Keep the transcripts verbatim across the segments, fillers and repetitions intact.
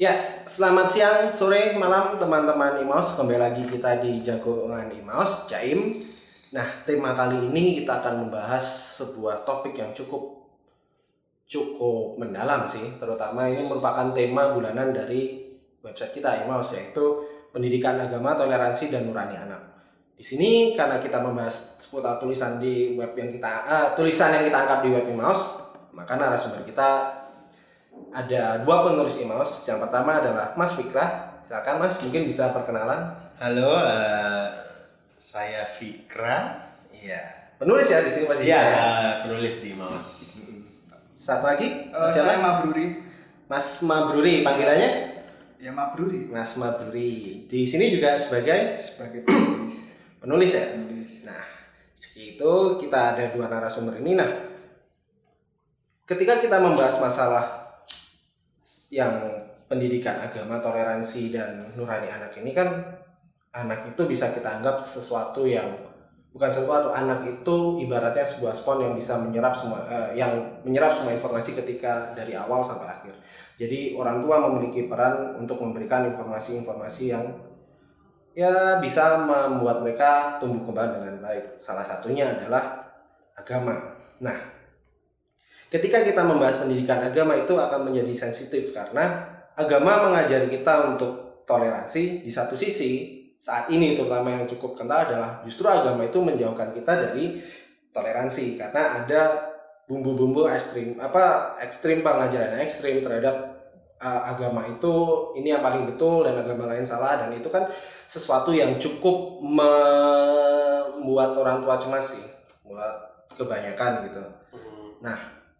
Ya, selamat siang, sore, malam teman-teman Imaus. Kembali lagi kita di Jagongan Imaus, Jaim. Nah, tema kali ini kita akan membahas sebuah topik yang cukup cukup mendalam sih. Terutama ini merupakan tema bulanan dari website kita Imaus, yaitu pendidikan agama, toleransi, dan nurani anak. Di sini karena kita membahas seputar tulisan di web yang kita uh, tulisan yang kita angkat di web Imaus, maka narasumber kita ada dua penulis Imaus. Yang pertama adalah Mas Fikra. Silakan Mas, mungkin bisa perkenalan. Halo, uh, saya Fikra. Iya. Penulis ya di sini Mas. Iya, uh, penulis di Imaus. Satu lagi, uh, saya Mabruri. Mas Mabruri, panggilannya? Ya Mabruri. Mas Mabruri. Di sini juga sebagai sebagai penulis. Penulis ya. Penulis. Nah, itu kita ada dua narasumber ini. Nah, ketika kita membahas masalah yang pendidikan agama, toleransi, dan nurani anak ini kan, anak itu bisa kita anggap sesuatu yang bukan sesuatu, anak itu ibaratnya sebuah spon yang bisa menyerap semua eh, yang menyerap semua informasi ketika dari awal sampai akhir. Jadi orang tua memiliki peran untuk memberikan informasi-informasi yang ya bisa membuat mereka tumbuh kembang dengan baik. Salah satunya adalah agama. Nah, ketika kita membahas pendidikan agama itu akan menjadi sensitif karena agama mengajari kita untuk toleransi. Di satu sisi, saat ini terutama yang cukup kental adalah justru agama itu menjauhkan kita dari toleransi karena ada bumbu-bumbu ekstrim apa ekstrim pengajaran ekstrim terhadap uh, agama itu ini yang paling betul dan agama lain salah, dan itu kan sesuatu yang cukup membuat orang tua cemas sih buat kebanyakan gitu. Nah,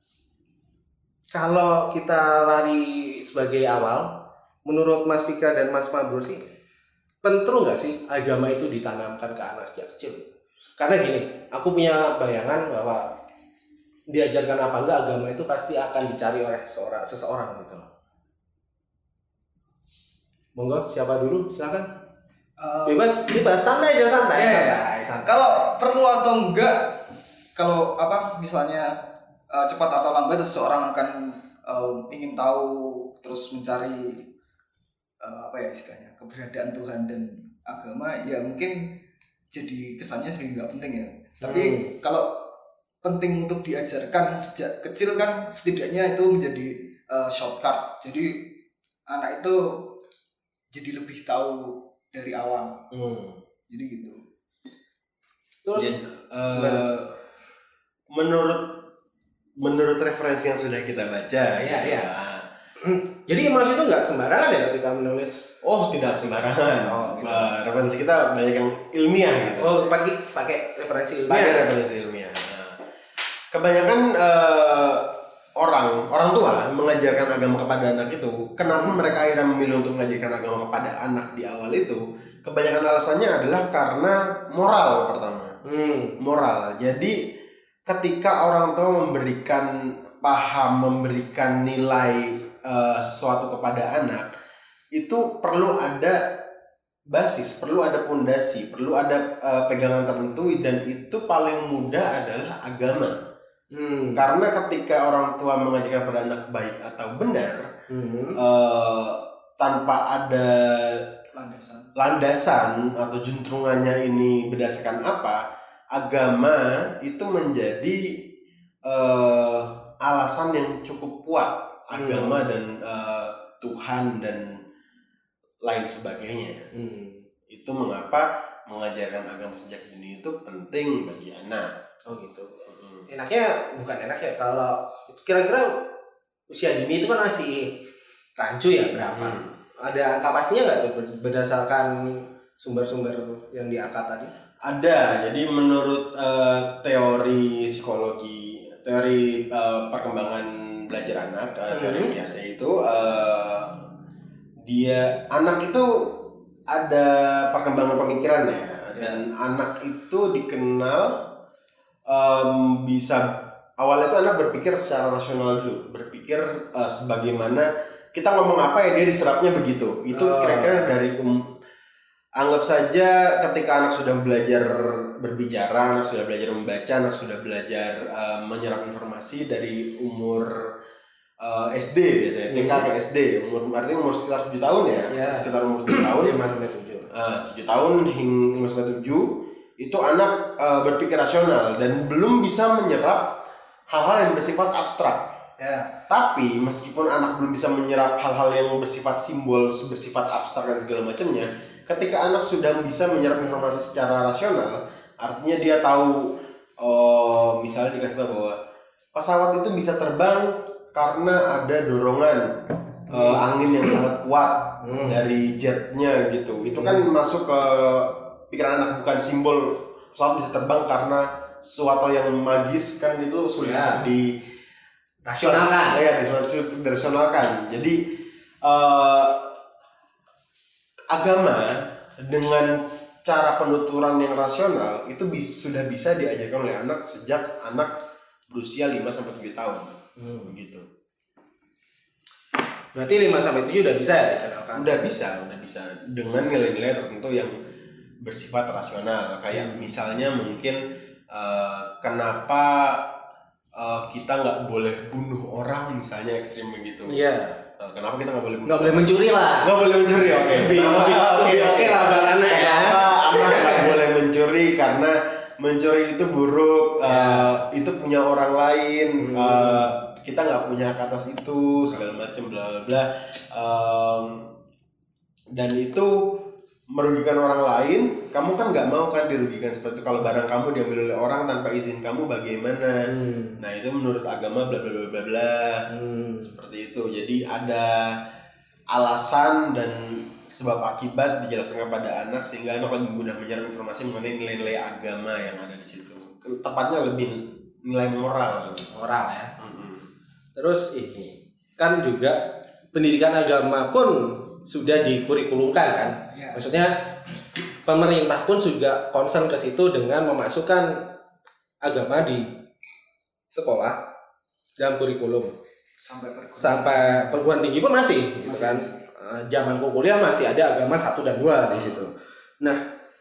kalau kita lari sebagai awal, menurut Mas Fikra dan Mas Mabrur sih, perlu nggak sih agama itu ditanamkan ke anak sejak kecil? Karena gini, aku punya bayangan bahwa diajarkan apa enggak, agama itu pasti akan dicari oleh seorang seseorang gitu. Monggo, siapa dulu? Silakan. Uh, bebas, bebas, santai aja, santai. Ya, santai, santai. Kalau perlu atau enggak, kalau apa misalnya uh, cepat atau lambat seseorang akan uh, ingin tahu terus mencari uh, apa ya istilahnya keberadaan Tuhan dan agama, ya mungkin jadi kesannya sering nggak penting ya. Tapi hmm. kalau penting untuk diajarkan sejak kecil kan setidaknya itu menjadi uh, shortcut. Jadi anak itu jadi lebih tahu dari awal. Hmm. Jadi gitu. Terus jadi, uh, menurut menurut referensi yang sudah kita baca, ya ya. Jadi Imaus itu nggak sembarangan ya ketika menulis? Oh, tidak sembarangan. Oh, gitu. uh, referensi kita banyak yang ilmiah gitu. Oh, pakai pakai referensi ilmiah. Pakai referensi ilmiah. Nah, kebanyakan uh, orang orang tua mengajarkan agama kepada anak itu, kenapa mereka akhirnya memilih untuk mengajarkan agama kepada anak di awal itu? Kebanyakan alasannya adalah karena moral pertama. Hmm. Moral. Jadi ketika orang tua memberikan paham, memberikan nilai uh, sesuatu kepada anak, itu perlu ada basis, perlu ada pondasi, perlu ada uh, pegangan tertentu, dan itu paling mudah adalah agama. Hmm. Karena ketika orang tua mengajarkan pada anak baik atau benar, hmm. uh, tanpa ada landasan, landasan atau juntrungannya ini berdasarkan apa, agama itu menjadi uh, alasan yang cukup kuat. Agama hmm. dan uh, Tuhan dan lain sebagainya. Hmm. Itu mengapa mengajarkan agama sejak dini itu penting bagi anak. Oh gitu. Enaknya bukan enak ya kalau kira-kira usia dini itu kan masih rancu ya berapa? Hmm. Ada angka pastinya nggak tuh berdasarkan sumber-sumber yang diangkat tadi? Ada. Jadi menurut uh, teori psikologi, teori uh, perkembangan belajar anak, uh, teori hmm. biasa itu uh, dia anak itu ada perkembangan pemikiran ya, dan anak itu dikenal Um, bisa awalnya itu anak berpikir secara rasional dulu, berpikir uh, sebagaimana kita ngomong apa ya dia diserapnya begitu. Itu oh. kira-kira dari um, anggap saja ketika anak sudah belajar berbicara, anak sudah belajar membaca, anak sudah belajar uh, menyerap informasi dari umur uh, S D biasanya, T K ke S D, umur artinya umur sekitar tujuh tahun ya, Ya. sekitar umur tujuh tahun lima sampai tujuh. uh, tujuh tahun hingga lima sampai tujuh itu anak uh, berpikir rasional dan belum bisa menyerap hal-hal yang bersifat abstrak. Ya. Tapi meskipun anak belum bisa menyerap hal-hal yang bersifat simbol, bersifat abstrak dan segala macamnya, ketika anak sudah bisa menyerap informasi secara rasional, artinya dia tahu, oh, misalnya dikasih tahu bahwa pesawat itu bisa terbang karena ada dorongan hmm. uh, angin yang sangat kuat hmm. dari jetnya gitu. Itu kan hmm. masuk ke pikiran anak, bukan simbol pesawat bisa terbang karena sesuatu yang magis kan, itu sulit ya. di rasionalkan. Ya, dirasionalkan. Jadi uh, agama dengan cara penuturan yang rasional itu bis, sudah bisa diajarkan oleh anak sejak anak berusia lima sampai tujuh tahun. Hmm. Begitu. Berarti lima sampai tujuh udah bisa ya dikenalkan? Udah bisa, udah bisa dengan nilai-nilai tertentu yang bersifat rasional. Kayak hmm. misalnya mungkin uh, kenapa Uh, kita nggak boleh bunuh orang misalnya, ekstrim begitu. Iya. Uh, kenapa kita nggak boleh bunuh? Nggak boleh mencuri lah. Nggak boleh mencuri, oke. Okay. Lebih oke oke lah bahannya ya. Kenapa anak nggak boleh mencuri? Karena mencuri itu buruk. Uh, ya. Itu punya orang lain. Hmm. Uh, kita nggak punya hak atas itu, segala macam, bla bla bla. Um, dan itu merugikan orang lain. Kamu kan nggak mau kan dirugikan seperti itu. Kalau barang kamu diambil oleh orang tanpa izin kamu, bagaimana? Hmm. Nah itu menurut agama bla bla bla bla bla. Hmm. Seperti itu. Jadi ada alasan dan sebab akibat dijelaskan kepada anak sehingga anak lebih mudah menyerap informasi mengenai nilai-nilai agama yang ada di situ. Tepatnya lebih nilai moral. Moral ya. Hmm. Terus ini kan juga pendidikan agama pun sudah dikurikulumkan kan, ya. Maksudnya pemerintah pun juga concern ke situ dengan memasukkan agama di sekolah dalam kurikulum sampai perguruan, sampai perguruan tinggi pun masih, masih gitu kan. Uh, zaman kuliah masih ada agama satu dan dua di situ. Nah,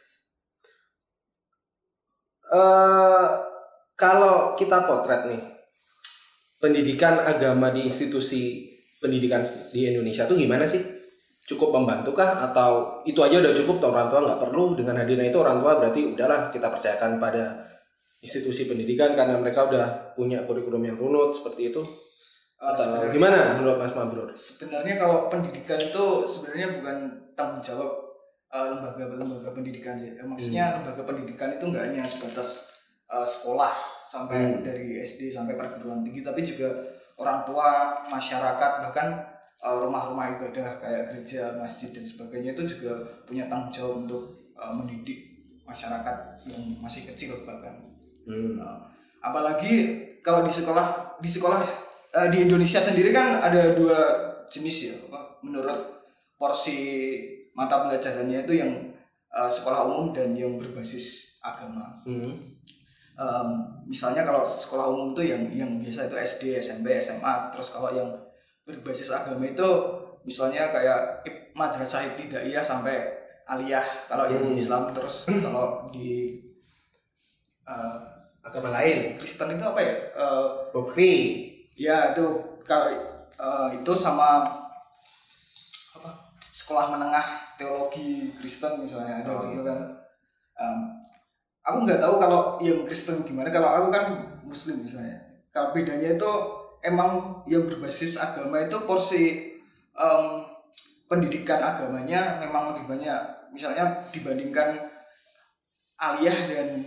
uh, kalau kita potret nih pendidikan agama di institusi pendidikan di Indonesia tuh gimana sih? Cukup membantukah atau itu aja udah cukup, orang tua nggak perlu? Dengan hadirnya itu orang tua berarti udahlah kita percayakan pada institusi pendidikan karena mereka udah punya kurikulum yang runut seperti itu. Uh, atau gimana menurut Mas Mabrur? Sebenarnya kalau pendidikan itu sebenarnya bukan tanggung jawab uh, lembaga-lembaga pendidikan ya. Maksudnya hmm. lembaga pendidikan itu nggak hanya sebatas uh, sekolah sampai hmm. dari S D sampai perguruan tinggi, tapi juga orang tua, masyarakat, bahkan rumah-rumah ibadah kayak gereja, masjid dan sebagainya itu juga punya tanggung jawab untuk uh, mendidik masyarakat yang masih kecil bahkan. Hmm. Uh, apalagi kalau di sekolah di sekolah uh, di Indonesia sendiri kan ada dua jenis ya, apa, menurut porsi mata pelajarannya itu yang uh, sekolah umum dan yang berbasis agama. Hmm. Um, misalnya kalau sekolah umum itu yang yang biasa itu S D, S M P, S M A, terus kalau yang berbasis agama itu misalnya kayak madrasah ibtidaiyah sampai aliyah kalau yang hmm. Islam, terus kalau di uh, agama lain Kristen itu apa ya? Uh, Bokri. Ya itu kalau uh, itu sama apa? Sekolah menengah teologi Kristen misalnya ada oh, juga kan. Um, aku nggak tahu kalau yang Kristen gimana. Kalau aku kan Muslim misalnya. Kalau bedanya itu emang yang berbasis agama itu porsi um, pendidikan agamanya memang lebih banyak, misalnya dibandingkan aliyah dan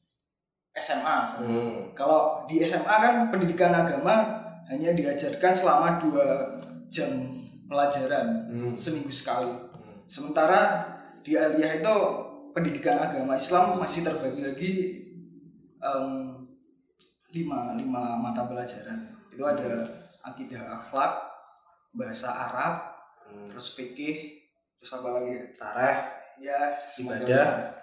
S M A. Hmm. Kalau di S M A kan pendidikan agama hanya diajarkan selama dua jam pelajaran hmm. seminggu sekali. Hmm. Sementara di aliyah itu pendidikan agama Islam masih terbagi lagi um, lima lima mata pelajaran. Itu ada akidah akhlak, bahasa Arab, hmm. terus fikih, terus apa lagi? Tarikh, ya, ibadah.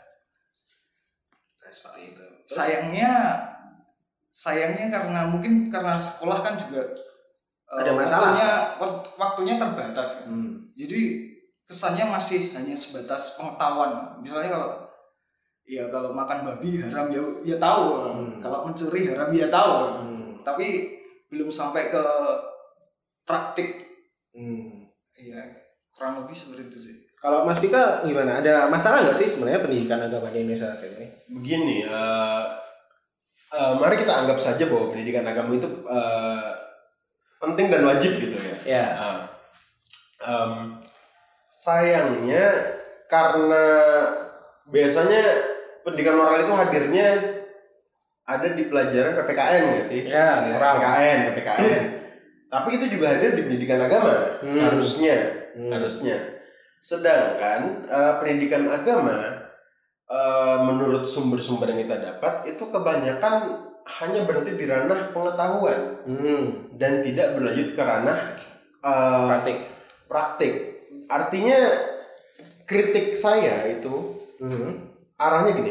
Nah, seperti itu. Terus, sayangnya, sayangnya karena mungkin karena sekolah kan juga ada uh, masalah. Waktunya, waktunya terbatas. Kan? Hmm. Jadi kesannya masih hanya sebatas pengetahuan. Misalnya kalau ya kalau makan babi haram ya ya tahu. Hmm. Kalau mencuri haram ya tahu. Hmm. Tapi belum sampai ke praktik. Hmm. Iya, kurang lebih seperti itu sih. Kalau Mas Vika gimana? Ada masalah nggak sih sebenarnya pendidikan agama di Indonesia saat ini? Begini, uh, uh, mari kita anggap saja bahwa pendidikan agama itu uh, penting dan wajib gitu ya. Ya. Uh, um, sayangnya karena biasanya pendidikan moral itu hadirnya ada di pelajaran P P K N nggak sih? Ya, moral. P P K N, P P K N. Hmm. Tapi itu juga hadir di pendidikan agama, hmm. harusnya, hmm. harusnya. Sedangkan uh, pendidikan agama, uh, menurut sumber-sumber yang kita dapat itu kebanyakan hanya berhenti di ranah pengetahuan, hmm. dan tidak berlanjut ke ranah uh, praktik. Praktik. Artinya kritik saya itu hmm. arahnya gini.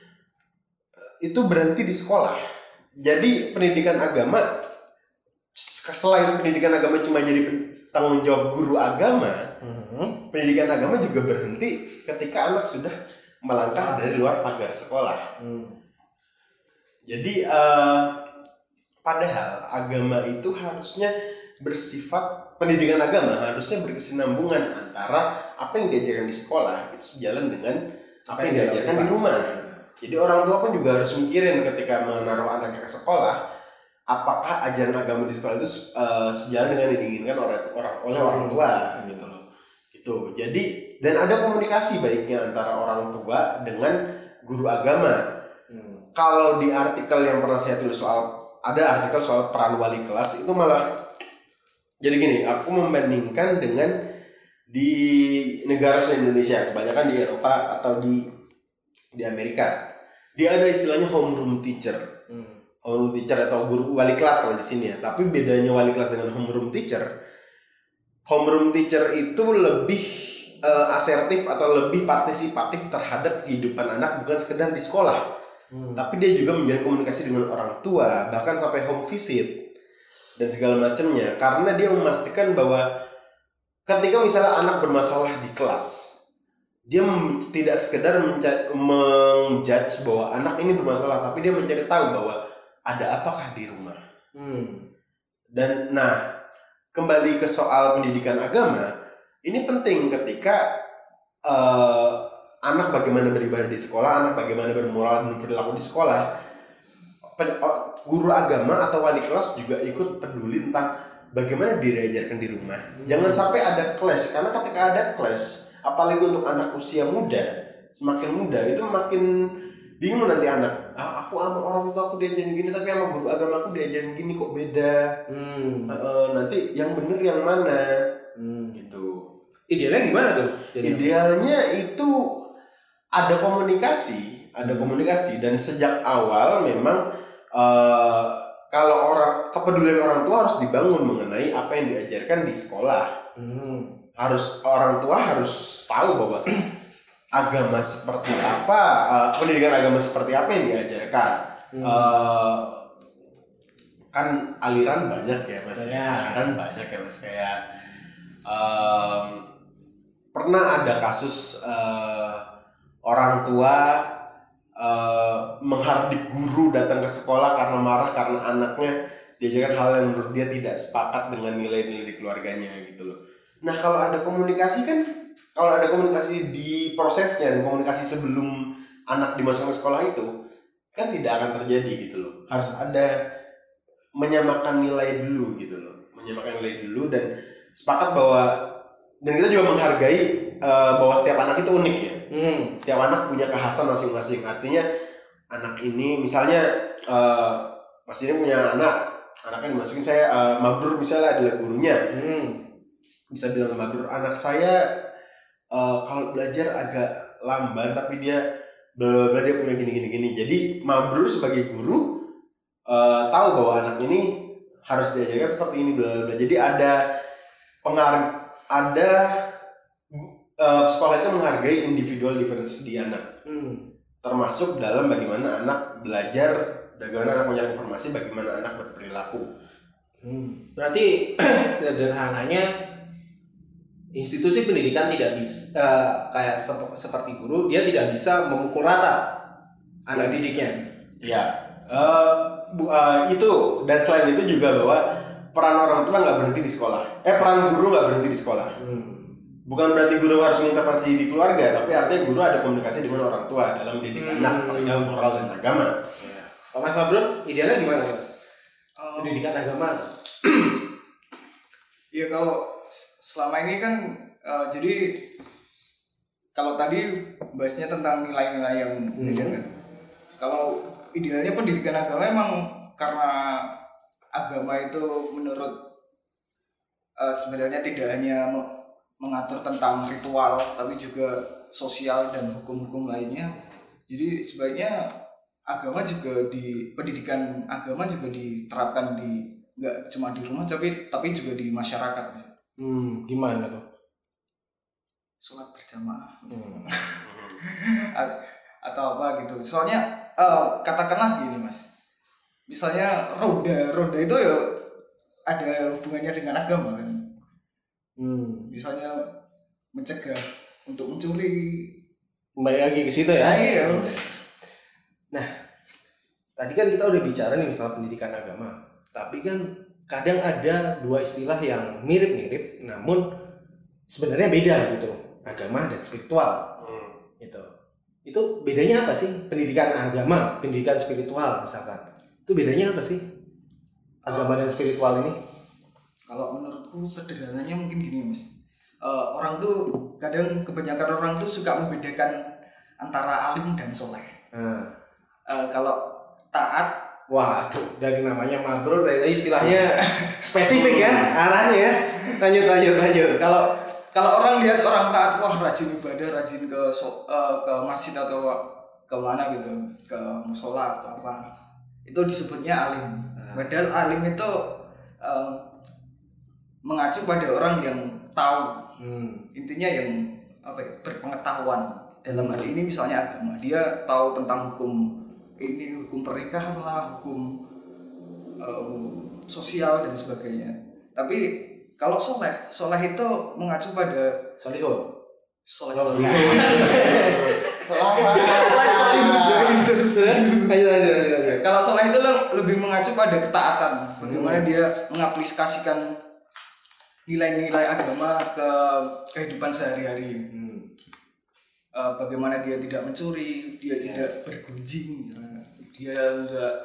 Itu berhenti di sekolah. Jadi pendidikan agama, selain pendidikan agama cuma jadi tanggung jawab guru agama, mm-hmm. pendidikan agama juga berhenti ketika anak sudah melangkah dari luar pagar sekolah. Mm. Jadi uh, padahal agama itu harusnya bersifat, pendidikan agama harusnya berkesinambungan antara apa yang diajarkan di sekolah itu sejalan dengan apa yang diajarkan di rumah. Jadi orang tua pun juga harus mikirin ketika menaruh anaknya ke sekolah, apakah ajaran agama di sekolah itu uh, sejalan dengan yang diinginkan oleh orang oleh orang tua, gitu loh. Gitu. Jadi dan ada komunikasi baiknya antara orang tua dengan guru agama. Hmm. Kalau di artikel yang pernah saya tulis soal, ada artikel soal peran wali kelas itu malah jadi gini, aku membandingkan dengan di negara selain Indonesia, kebanyakan di Eropa atau di di Amerika, dia ada istilahnya homeroom teacher, hmm. homeroom teacher atau guru wali kelas kalau di sini ya. Tapi bedanya wali kelas dengan homeroom teacher, homeroom teacher itu lebih uh, asertif atau lebih partisipatif terhadap kehidupan anak, bukan sekedar di sekolah, hmm. tapi dia juga menjalin komunikasi dengan orang tua, bahkan sampai home visit dan segala macamnya. Karena dia memastikan bahwa ketika misalnya anak bermasalah di kelas, dia mem- tidak sekedar menca- menjudge bahwa anak ini bermasalah, tapi dia mencari tahu bahwa ada apakah di rumah. Hmm. Dan nah, kembali ke soal pendidikan agama, ini penting ketika uh, anak bagaimana beribadah di sekolah, anak bagaimana bermoral dan berperilaku di sekolah. Guru agama atau wali kelas juga ikut peduli tentang bagaimana dia diajarkan di rumah. Hmm. Jangan sampai ada clash, karena ketika ada clash, apalagi untuk anak usia muda, semakin muda itu makin bingung nanti anak. Ah, aku sama orang tua aku diajarin gini, tapi sama guru agama aku diajarin gini kok beda. Hmm. Uh, nanti yang bener yang mana? Hmm. Gitu. Idealnya gimana tuh? Jadi, idealnya itu ada komunikasi, ada komunikasi dan sejak awal memang uh, kalau orang kepedulian orang tua harus dibangun mengenai apa yang diajarkan di sekolah. Hmm. Harus orang tua harus tahu bahwa agama seperti apa, uh, pendidikan agama seperti apa yang diajarkan. Hmm. Uh, kan aliran banyak ya mas, ya. aliran banyak ya mas kayak um, pernah ada kasus uh, orang tua uh, menghardik guru datang ke sekolah karena marah karena anaknya diajarkan hal yang menurut dia tidak sepakat dengan nilai-nilai di keluarganya gitu loh. Nah kalau ada komunikasi kan, kalau ada komunikasi di prosesnya dan komunikasi sebelum anak dimasukkan ke sekolah itu kan tidak akan terjadi gitu loh. Harus ada menyamakan nilai dulu gitu loh, menyamakan nilai dulu dan sepakat bahwa, dan kita juga menghargai uh, bahwa setiap anak itu unik ya. Hmm. Setiap anak punya kekhasan masing-masing. Artinya anak ini misalnya uh, Mas ini punya anak, anaknya dimasukin saya uh, mabrur misalnya adalah gurunya. Hmm. Bisa bilang mabrur, anak saya uh, kalau belajar agak lamban tapi dia bla bla dia punya gini gini gini. Jadi mabrur sebagai guru uh, tahu bahwa anak ini harus diajarkan seperti ini bla bla. Jadi ada pengar ada uh, sekolah itu menghargai individual differences di anak. Hmm. Termasuk dalam bagaimana anak belajar, bagaimana anak mencari informasi, bagaimana anak berperilaku. Hmm. Berarti sederhananya institusi pendidikan tidak bisa uh, kayak sep- seperti guru, dia tidak bisa memukul rata anak didiknya. Ya, uh, bu, uh, itu dan selain itu juga bahwa peran orang tua nggak berhenti di sekolah. Eh peran guru nggak berhenti di sekolah. Hmm. Bukan berarti guru harus mengintervensi di keluarga, tapi artinya guru ada komunikasi dengan orang tua dalam mendidik Hmm. anak, apalagi moral dan agama. Ya. Pak Mas Mabrur, idealnya gimana Mas? Um, Pendidikan agama. Ya kalau selama ini kan uh, jadi kalau tadi bahasnya tentang nilai-nilai yang beda kan. Kalau idealnya pendidikan agama emang karena agama itu menurut uh, sebenarnya tidak hanya me- mengatur tentang ritual tapi juga sosial dan hukum-hukum lainnya. Jadi sebaiknya agama juga di pendidikan agama juga diterapkan di nggak cuma di rumah tapi tapi juga di masyarakat. Hmm, gimana tuh? Sholat berjamaah Hmm. A- atau apa gitu. Soalnya uh, katakanlah gini Mas. Misalnya ronda, ronda itu ya ada hubungannya dengan agama kan. Hmm. Misalnya mencegah untuk mencuri. Kembali lagi ke situ ya. Nah, iya. Nah, tadi kan kita udah bicara nih soal pendidikan agama. Tapi kan kadang ada dua istilah yang mirip-mirip namun sebenarnya beda gitu. Agama dan spiritual. Hmm. Gitu. Itu bedanya apa sih? Pendidikan agama, pendidikan spiritual misalkan. Itu bedanya apa sih? Agama dan spiritual ini? Kalau menurutku sederhananya mungkin gini Mas. Uh, orang tuh kadang kebanyakan orang tuh suka membedakan antara alim dan soleh. Nah. Uh, kalau taat, Waduh, dari namanya mabrur, dari istilahnya spesifik ya arahnya ya. Lanjut, lanjut, lanjut. kalau kalau orang lihat orang taat, wah rajin ibadah, rajin ke so, uh, ke masjid atau ke mana gitu, ke musola atau apa, itu disebutnya alim. Padahal alim itu um, mengacu pada orang yang tahu, Hmm. intinya yang apa ya, berpengetahuan dalam hal ini misalnya agama. Dia tahu tentang hukum ini, hukum pernikahan lah, hukum um, sosial dan sebagainya. Tapi kalau soleh, soleh itu mengacu pada Solihun. soleh Oh, soleh. iya. Soleh soleh Lanjut, lanjut, lanjut, lanjut. Kalau soleh itu lebih mengacu pada ketaatan. Bagaimana dia mengaplikasikan nilai-nilai agama ke kehidupan sehari-hari. Hmm. Uh, bagaimana dia tidak mencuri, dia tidak bergunjing, misalnya. Dia enggak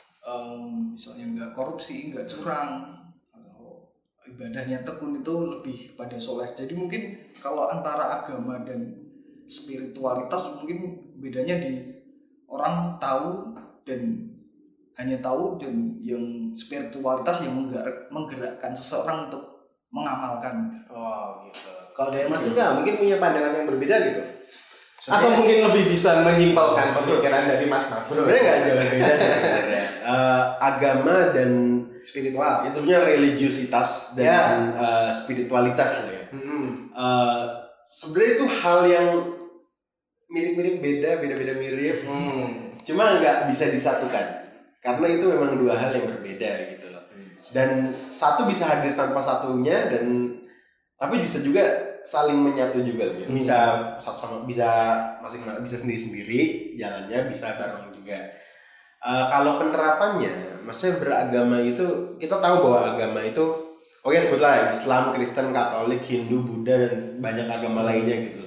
um, misalnya enggak korupsi, enggak curang, atau ibadahnya tekun, itu lebih pada soleh. Jadi mungkin kalau antara agama dan spiritualitas mungkin bedanya di orang tahu dan hanya tahu, dan yang spiritualitas yang menggerak, menggerakkan seseorang untuk mengamalkan. Oh gitu. Kalau dari Mas juga mungkin punya pandangan yang berbeda gitu. Sebenarnya- Atau mungkin lebih bisa menyimpulkan pemikiran dari Mas Mabrur. Sebenarnya nggak jauh beda sih sebenarnya. Uh, agama dan Spiritual. itu sebenarnya religiusitas dan Ya. uh, spiritualitas lah ya. Hmm. Uh, sebenarnya itu hal yang mirip-mirip beda, beda-beda mirip. Hmm. Cuma nggak bisa disatukan karena itu memang dua hal yang berbeda gitu loh. Dan satu bisa hadir tanpa satunya, dan tapi bisa juga saling menyatu juga loh ya. Bisa satu sama bisa masing-masing, bisa sendiri-sendiri jalannya, bisa bareng juga. Uh, kalau penerapannya, maksudnya beragama itu, kita tahu bahwa agama itu, oke sebutlah Islam, Kristen, Katolik, Hindu, Buddha, dan banyak agama lainnya gitu.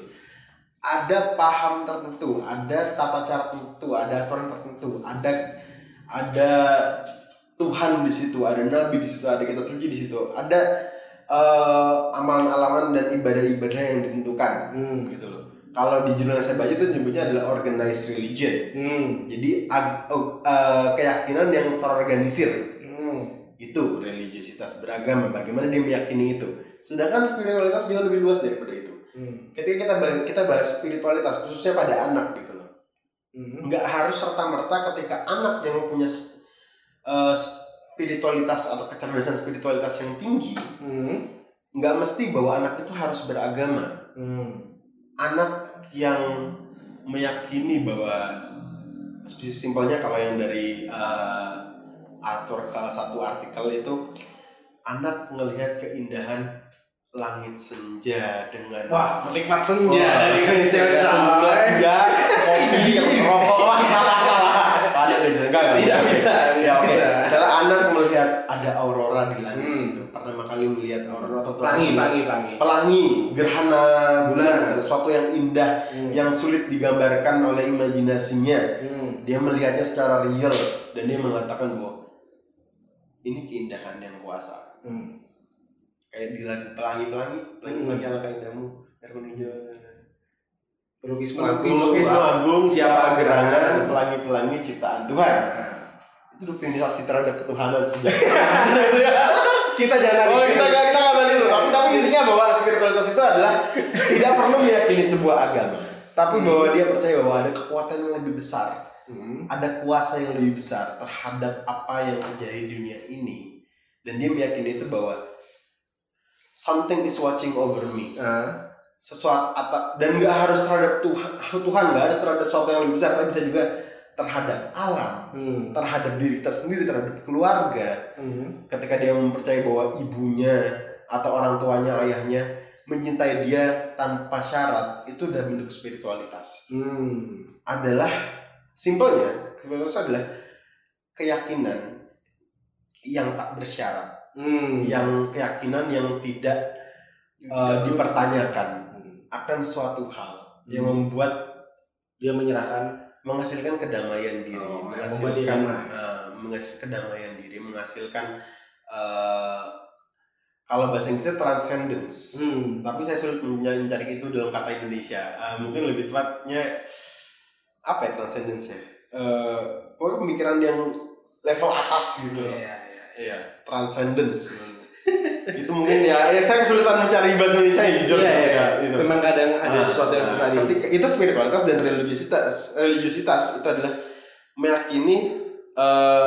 Ada paham tertentu, ada tata cara tertentu, ada aturan tertentu, ada ada Tuhan di situ, ada Nabi di situ, ada kitab suci di situ, ada uh, amalan-amalan dan ibadah-ibadah yang ditentukan, Hmm. gitu loh. Kalau di jurnal yang saya baca itu nyebutnya adalah organized religion. Hmm. Jadi ag- oh, uh, keyakinan yang terorganisir. Hmm. Itu religiositas beragama, bagaimana dia meyakini itu. Sedangkan spiritualitas jauh lebih luas daripada itu. Hmm. Ketika kita bahas, kita bahas spiritualitas khususnya pada anak gitu loh. Hmm. Nggak harus serta-merta ketika anak yang punya uh, spiritualitas atau kecerdasan spiritualitas yang tinggi, Hmm. nggak mesti bahwa anak itu harus beragama. Hmm. Anak yang meyakini bahwa, simpelnya kalau yang dari uh, atur salah satu artikel itu, anak ngelihat keindahan langit senja dengan Wah, menikmat senja Wah, dari Indonesia. senja, senja, kopi, rokok, wah salah salah. Ada gitu, enggak enggak. Tidak bisa, Ya oke. bisa. Misalnya anak melihat melihat ada aurora di langit Hmm. itu. Pertama kali melihat aurora atau Pelangi, pelangi, pelangi. pelangi, gerhana bulan, Hmm. sesuatu yang indah, Hmm. yang sulit digambarkan oleh imajinasinya. Hmm. Dia melihatnya secara real dan dia mengatakan bahwa ini keindahan yang kuasa. Hmm. Kayak di lagu pelangi-pelangi, pelangi-pelangi alangkah indahmu, air hijau. Pelukis Melukis agung, siapa gerangan, pelangi-pelangi ciptaan Tuhan. Itu definisi terhadap ketuhanan sejati. Kita jangan Oh, kita nggak kita nggak bahas itu. Tapi tapi intinya bahwa spiritualitas itu adalah tidak perlu meyakini sebuah agama, tapi bahwa dia percaya bahwa ada kekuatan yang lebih besar, Hmm. ada kuasa yang lebih besar terhadap apa yang terjadi di dunia ini, dan dia meyakini itu bahwa something is watching over me. Ah. Sesuatu atau dan nggak harus terhadap Tuhan, Tuhan nggak harus terhadap sesuatu yang lebih besar, tapi bisa juga terhadap alam, Hmm. terhadap diri kita sendiri, terhadap keluarga. Hmm. Ketika dia mempercayai bahwa ibunya atau orang tuanya, ayahnya mencintai dia tanpa syarat, itu udah bentuk spiritualitas. Hmm. Adalah simpelnya, spiritualitas adalah keyakinan yang tak bersyarat, Hmm. yang keyakinan yang tidak uh, dipertanyakan akan suatu hal yang membuat Dia menyerahkan. menghasilkan kedamaian diri, Oh, yang menghasilkan membuat dia damai. uh, menghasilkan kedamaian diri, menghasilkan uh, kalau bahasa Inggrisnya transcendence. Hmm. Tapi saya sulit mencari itu dalam kata Indonesia. Uh, mungkin lebih tepatnya apa ya transcendence ya? Uh, pokoknya pemikiran yang level atas gitu. Iya, iya. Iya, transcendence. Itu mungkin ya, ya saya kesulitan mencari bahasa Indonesia ya, jujur. Iya, iya. Ya, itu. Memang kadang ada Nah, sesuatu yang nah, susah di. ketika itu spiritualitas dan religiositas, religiositas itu adalah meyakini uh,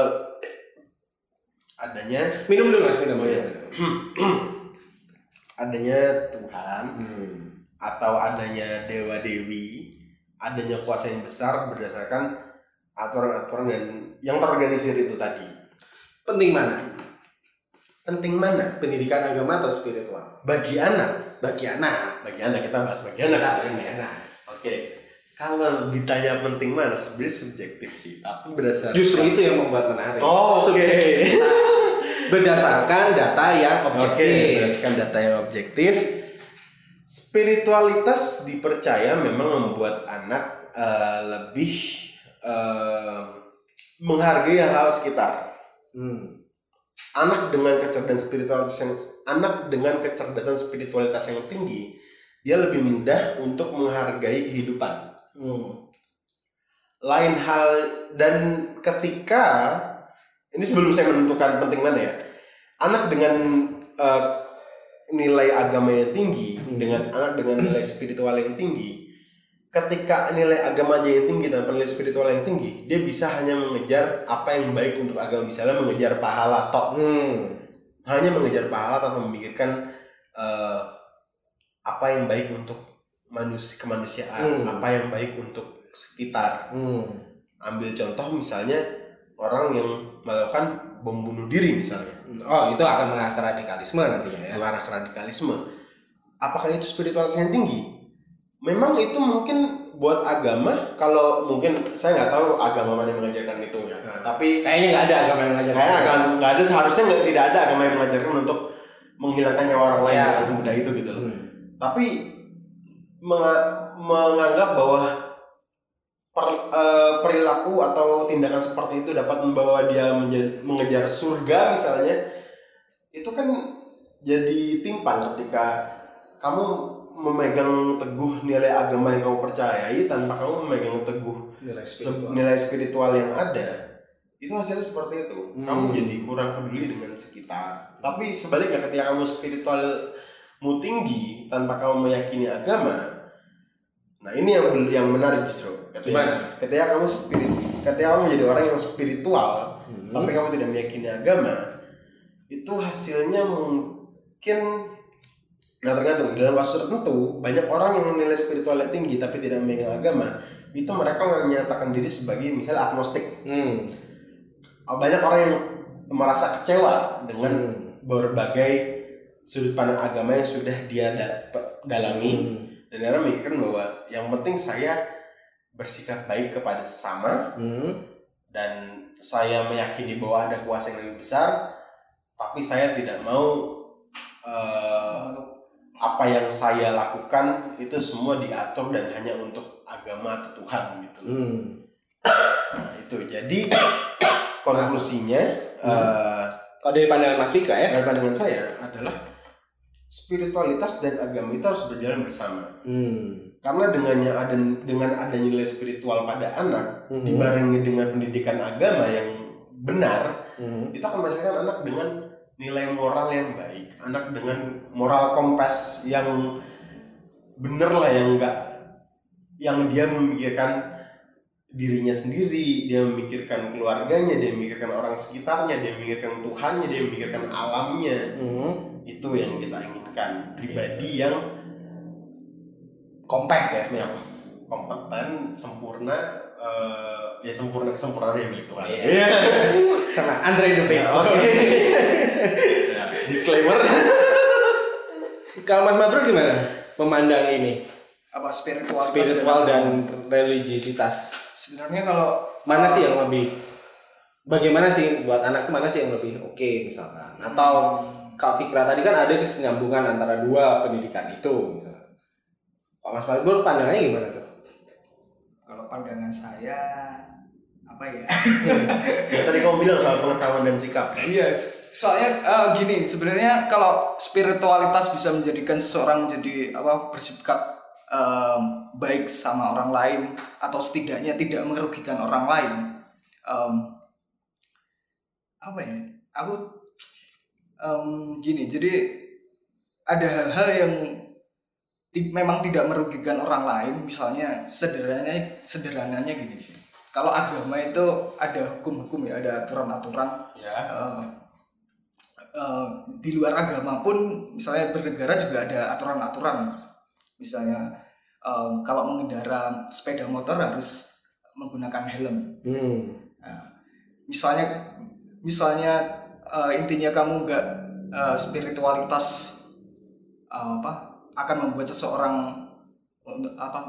adanya Minum dulu, Mas, minum. Oh, iya. minum. adanya Tuhan Hmm. atau adanya dewa dewi, adanya kuasa yang besar berdasarkan aturan-aturan dan yang terorganisir itu tadi. Penting mana? Penting mana? Pendidikan agama atau spiritual? Bagi anak. Bagi anak. Bagi anak kita bahas bagi anak. Kita di bahas sini. bagi anak. Oke. Kalau ditanya penting mana, sebenarnya subjektif sih. Tapi berdasarkan. Justru itu yang membuat menarik. Oh, oke. Okay. Berdasarkan data yang objektif. Oke, berdasarkan data yang objektif, spiritualitas dipercaya memang membuat anak uh, lebih uh, menghargai hal-hal sekitar. Hmm. Anak dengan kecerdasan spiritualitas yang anak dengan kecerdasan spiritualitas yang tinggi, dia lebih mudah untuk menghargai kehidupan. Hmm. Lain hal dan ketika ini sebelum saya menentukan penting mana ya, anak dengan uh, nilai agama yang tinggi, hmm. dengan anak dengan nilai spiritual yang tinggi, ketika nilai agamanya yang tinggi dan nilai spiritual yang tinggi, dia bisa hanya mengejar apa yang baik untuk agama, misalnya mengejar pahala tok, Hmm. hanya mengejar pahala tanpa memikirkan uh, apa yang baik untuk manusia kemanusiaan, Hmm. apa yang baik untuk sekitar. Hmm. Ambil contoh misalnya orang yang melakukan bom bunuh diri misalnya, Oh, itu akan mengarah ke radikalisme nantinya ya. mengarah ke radikalisme. Apakah itu spiritualitas yang tinggi? Memang itu mungkin buat agama, kalau mungkin saya nggak tahu agama mana yang mengajarkan itu ya. Nah, Tapi kayaknya nggak ada agama yang ngajarin. kayaknya akan nggak ada, seharusnya nggak tidak ada agama yang mengajarkan untuk menghilangkan nyawa orang lain Ya. dengan semudah itu gitu loh. Hmm. Tapi menga- menganggap bahwa per, eh, perilaku atau tindakan seperti itu dapat membawa dia menjadi, mengejar surga misalnya, itu kan jadi timpang ketika kamu memegang teguh nilai agama yang kamu percayai tanpa kamu memegang teguh Nilai se- spiritual. nilai spiritual yang ada. Itu hasilnya seperti itu. Hmm. Kamu jadi kurang peduli dengan sekitar. Tapi sebaliknya ketika kamu spiritualmu tinggi tanpa kamu meyakini agama, nah ini yang yang menarik justru. Ketika, Gimana? ketika kamu spirit, ketika kamu menjadi orang yang spiritual, Hmm. tapi kamu tidak meyakini agama, itu hasilnya mungkin, nah tergantung. Dalam kasus tertentu, banyak orang yang nilai spiritualnya tinggi tapi tidak memegang agama, itu mereka menyatakan diri sebagai misalnya agnostik. Hmm. Banyak orang yang merasa kecewa dengan Hmm. berbagai sudut pandang agama yang sudah dia da- dalami, Hmm. dan dia memikirkan bahwa yang penting saya bersikap baik kepada sesama, Hmm. dan saya meyakini bahwa ada kuasa yang lebih besar, tapi saya tidak mau uh, apa yang saya lakukan itu semua diatur dan hanya untuk agama atau Tuhan gitu. Hmm. Nah, itu jadi konklusinya hmm. uh, kalau dari pandangan Mas Fikra ya, dari pandangan saya adalah spiritualitas dan agama itu harus berjalan bersama. Hmm. Karena dengannya ada dengan adanya nilai spiritual pada anak hmm. dibarengi dengan pendidikan agama yang benar, hmm. itu akan menghasilkan anak dengan nilai moral yang baik, anak dengan moral kompas yang bener lah, yang enggak yang dia memikirkan dirinya sendiri, dia memikirkan keluarganya, dia memikirkan orang sekitarnya, dia memikirkan Tuhannya, dia memikirkan alamnya. hmm. Itu yang kita inginkan, pribadi yang compact ya, yang kompeten, sempurna, uh, ya sempurna kesempurnaan yang milik Tuhan. Iya. Yeah. Sama Andre the Big. Oke. Disclaimer. Kalau Mas Mabrur gimana memandang ini? Apa spiritual Spiritual dan religiositas. Sebenarnya kalau mana sih yang lebih? Bagaimana sih buat anak tuh mana sih yang lebih oke okay, misalkan? Atau Kak Fikra tadi kan ada kesinambungan antara dua pendidikan itu misalkan. Pak Mas Mabrur pandangannya gimana tuh? Kalau pandangan saya apa ya? Ya tadi kamu bilang soal pengetahuan dan sikap. Iya, soalnya uh, gini, sebenarnya kalau spiritualitas bisa menjadikan seseorang jadi apa bersikap um, baik sama orang lain atau setidaknya tidak merugikan orang lain. Um, apa ya? Aku um, gini, jadi ada hal-hal yang memang tidak merugikan orang lain, misalnya sederhananya sederhananya gini sih. Kalau agama itu ada hukum-hukum ya, ada aturan-aturan. Ya. Uh, uh, di luar agama pun, misalnya bernegara juga ada aturan-aturan. Misalnya um, kalau mengendara sepeda motor harus menggunakan helm. Hmm. Nah, misalnya, misalnya uh, intinya kamu nggak uh, spiritualitas uh, apa? akan membuat seseorang apa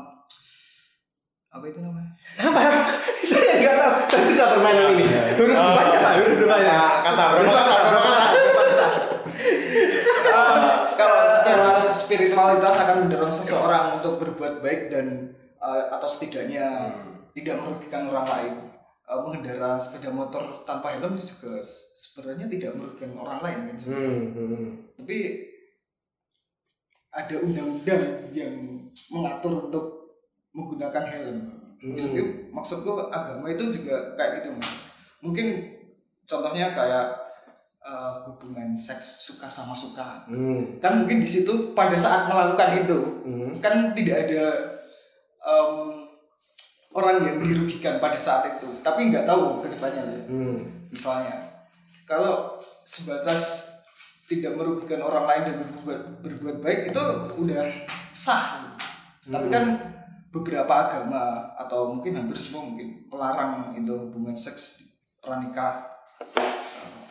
apa itu namanya? Apa? Saya nggak tahu. Saya suka permainan ini. Huruf banyak lah, huruf banyak. Kata berapa kata berapa kata. Kalau spiritualitas akan mendorong seseorang untuk berbuat baik dan uh, atau setidaknya hmm. tidak merugikan orang lain. Uh, mengendara sepeda motor tanpa helm juga sebenarnya tidak merugikan orang lain kan sebenarnya. Hmm. Hmm. Tapi ada undang-undang yang mengatur untuk menggunakan helm. Maksudku, hmm. maksudku agama itu juga kayak gitu. Mungkin contohnya kayak uh, hubungan seks suka sama suka. Hmm. Kan mungkin di situ pada saat melakukan itu hmm. kan tidak ada um, orang yang dirugikan pada saat itu. Tapi nggak tahu ke depannya. Hmm. Misalnya kalau sebatas tidak merugikan orang lain dan berbuat, berbuat baik itu udah sah. Hmm. Tapi kan beberapa agama atau mungkin hampir semua mungkin melarang itu hubungan seks pranikah. Uh,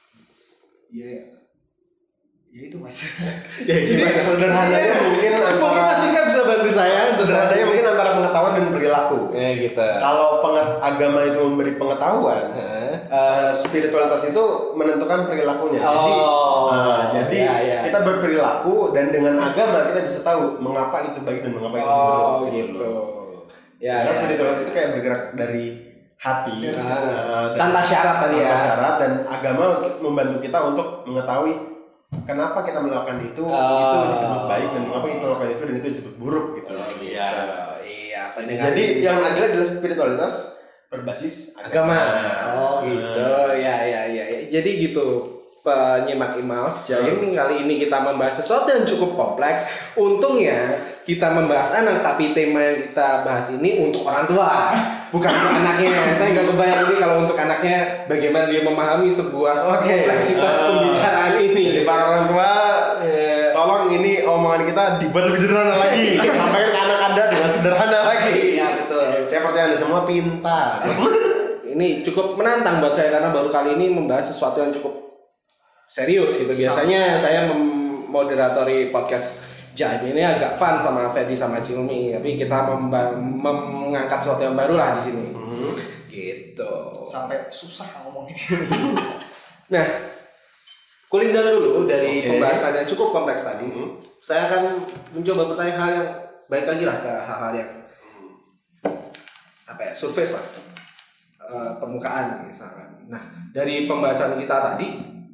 ya, ya itu mas. Ya, jadi sederhananya mungkin antara mungkin pasti kan bisa bantu saya. Sederhananya mungkin antara pengetahuan dan perilaku. Ya gitu. Kalau penget, agama itu memberi pengetahuan, hmm. uh, spiritualitas itu menentukan perilakunya. Oh. Jadi, uh, jadi ya, ya. kita berperilaku dan dengan agama kita bisa tahu mengapa itu baik dan mengapa itu buruk. Oh gitu. Ya, ya, spiritualitas ya. Itu kayak bergerak dari hati, ya. uh, tanpa syarat tadi ya. Tanpa syarat, dan agama membantu kita untuk mengetahui kenapa kita melakukan itu, oh. itu disebut baik, dan mengapa kita melakukan itu dan itu disebut buruk gitu. Oh, iya. Iya. Jadi yang adil adalah spiritualitas berbasis agama. agama. Oh gitu. Ya ya ya. Jadi gitu. Penyimak Imaus Jaim, hmm. kali ini kita membahas sesuatu yang cukup kompleks. Untungnya kita membahas anak, tapi tema yang kita bahas ini untuk orang tua, bukan untuk anaknya. Saya nggak kebayang ini kalau untuk anaknya bagaimana dia memahami sebuah okay. kompleksitas uh, pembicaraan ini. Jadi para orang tua, eh, tolong ini omongan kita dibuat lebih sederhana lagi. Sampaikan ke anak Anda dengan sederhana lagi. Iya betul. Saya percaya Anda semua pintar. Ini cukup menantang buat saya karena baru kali ini membahas sesuatu yang cukup serius gitu. Biasanya saya memoderatori podcast Jaim ini agak fun sama Fedi sama Cilmi, tapi kita memba- mem- mengangkat sesuatu yang baru lah di sini. Mm-hmm. Gitu. Sampai susah ngomongin. Nah, cooling down dulu dari Oke. pembahasan yang cukup kompleks tadi. Hmm. Saya akan mencoba bertanya hal yang baik lagi lah, ke hal-hal yang apa ya, surface lah, Eh, permukaan misalkan. Nah, dari pembahasan kita tadi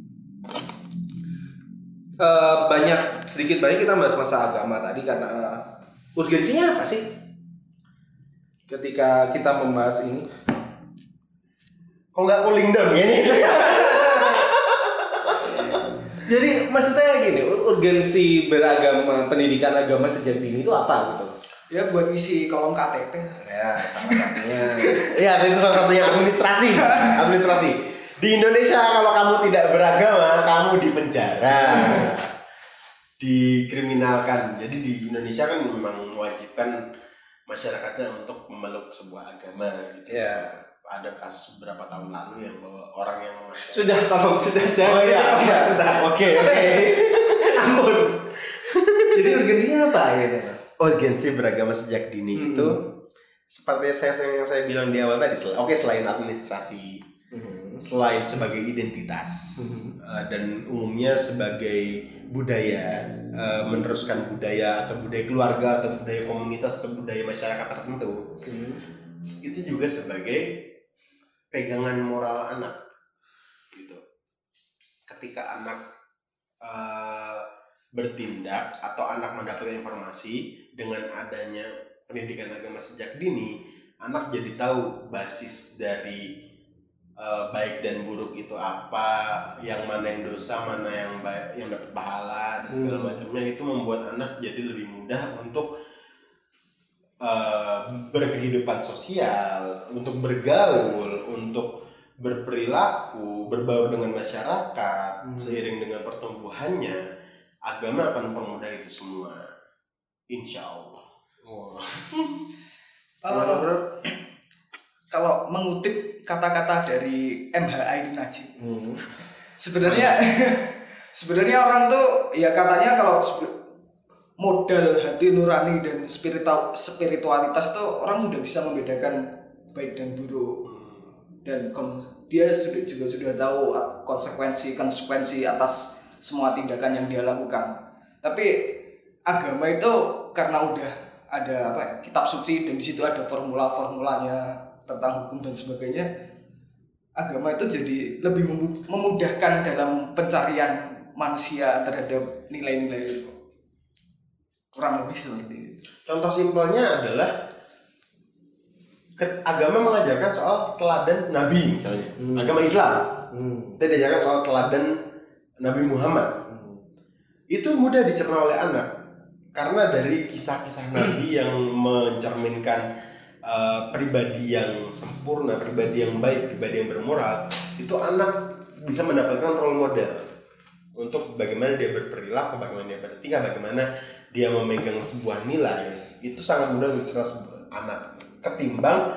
eh, banyak sedikit banyak kita bahas masalah agama tadi karena eh, urgensinya apa sih ketika kita membahas ini? Kok nggak cooling down kayaknya? Jadi maksudnya gini, ur- urgensi beragama, pendidikan agama sejak dini itu apa gitu? Ya buat isi kolom K T P. Ya, salah satunya. Iya, itu salah satunya administrasi. Administrasi. Di Indonesia kalau kamu tidak beragama, kamu dipenjara. Dikriminalkan. Jadi di Indonesia kan memang mewajibkan masyarakatnya untuk memeluk sebuah agama gitu. Ya. Ada kasus beberapa tahun lalu yang bahwa orang yang Sudah, tolong, sudah jangan. Oh iya, iya. Bentar. Oke, oke. Ampun. Jadi urgensinya apa ya? Urgensi beragama sejak dini Hmm. itu seperti saya yang saya bilang di awal tadi, sel- oke selain administrasi, Hmm. selain sebagai identitas uh, dan umumnya sebagai budaya, uh, meneruskan budaya atau budaya keluarga atau budaya komunitas atau budaya masyarakat tertentu, Hmm. itu juga sebagai pegangan moral anak gitu. Ketika anak uh, bertindak atau anak mendapatkan informasi dengan adanya pendidikan agama sejak dini, anak jadi tahu basis dari uh, baik dan buruk itu apa, yang mana yang dosa, mana yang baik, yang dapat pahala dan segala Hmm. macamnya. Itu membuat anak jadi lebih mudah untuk uh, berkehidupan sosial, untuk bergaul, untuk berperilaku, berbaur dengan masyarakat. Hmm. Seiring dengan pertumbuhannya, agama akan mempermudah itu semua, insya Allah. Oh. Eh, kalau mengutip kata-kata dari M H Ainun Najib, Hmm. sebenarnya sebenarnya orang tuh ya katanya kalau sebe- modal hati nurani dan spiritual spiritualitas tuh orang sudah bisa membedakan baik dan buruk, dan kon- dia sudah juga sudah tahu ah, konsekuensi konsekuensi atas semua tindakan yang dia lakukan. Tapi agama itu karena udah ada apa ya, kitab suci, dan di situ ada formula-formulanya tentang hukum dan sebagainya, agama itu jadi lebih memu- memudahkan dalam pencarian manusia terhadap nilai-nilai itu. Kurang lebih seperti itu. Contoh simpelnya adalah ke- agama mengajarkan soal teladan Nabi misalnya, Hmm. agama Islam. Hmm. Kita diajarkan soal teladan Nabi Muhammad. Itu mudah dicerna oleh anak karena dari kisah-kisah Nabi yang mencerminkan uh, pribadi yang sempurna, pribadi yang baik, pribadi yang bermoral. Itu anak bisa mendapatkan role model untuk bagaimana dia berperilaku, bagaimana dia bertingkah, bagaimana dia memegang sebuah nilai. Itu sangat mudah dicerna sebuah anak ketimbang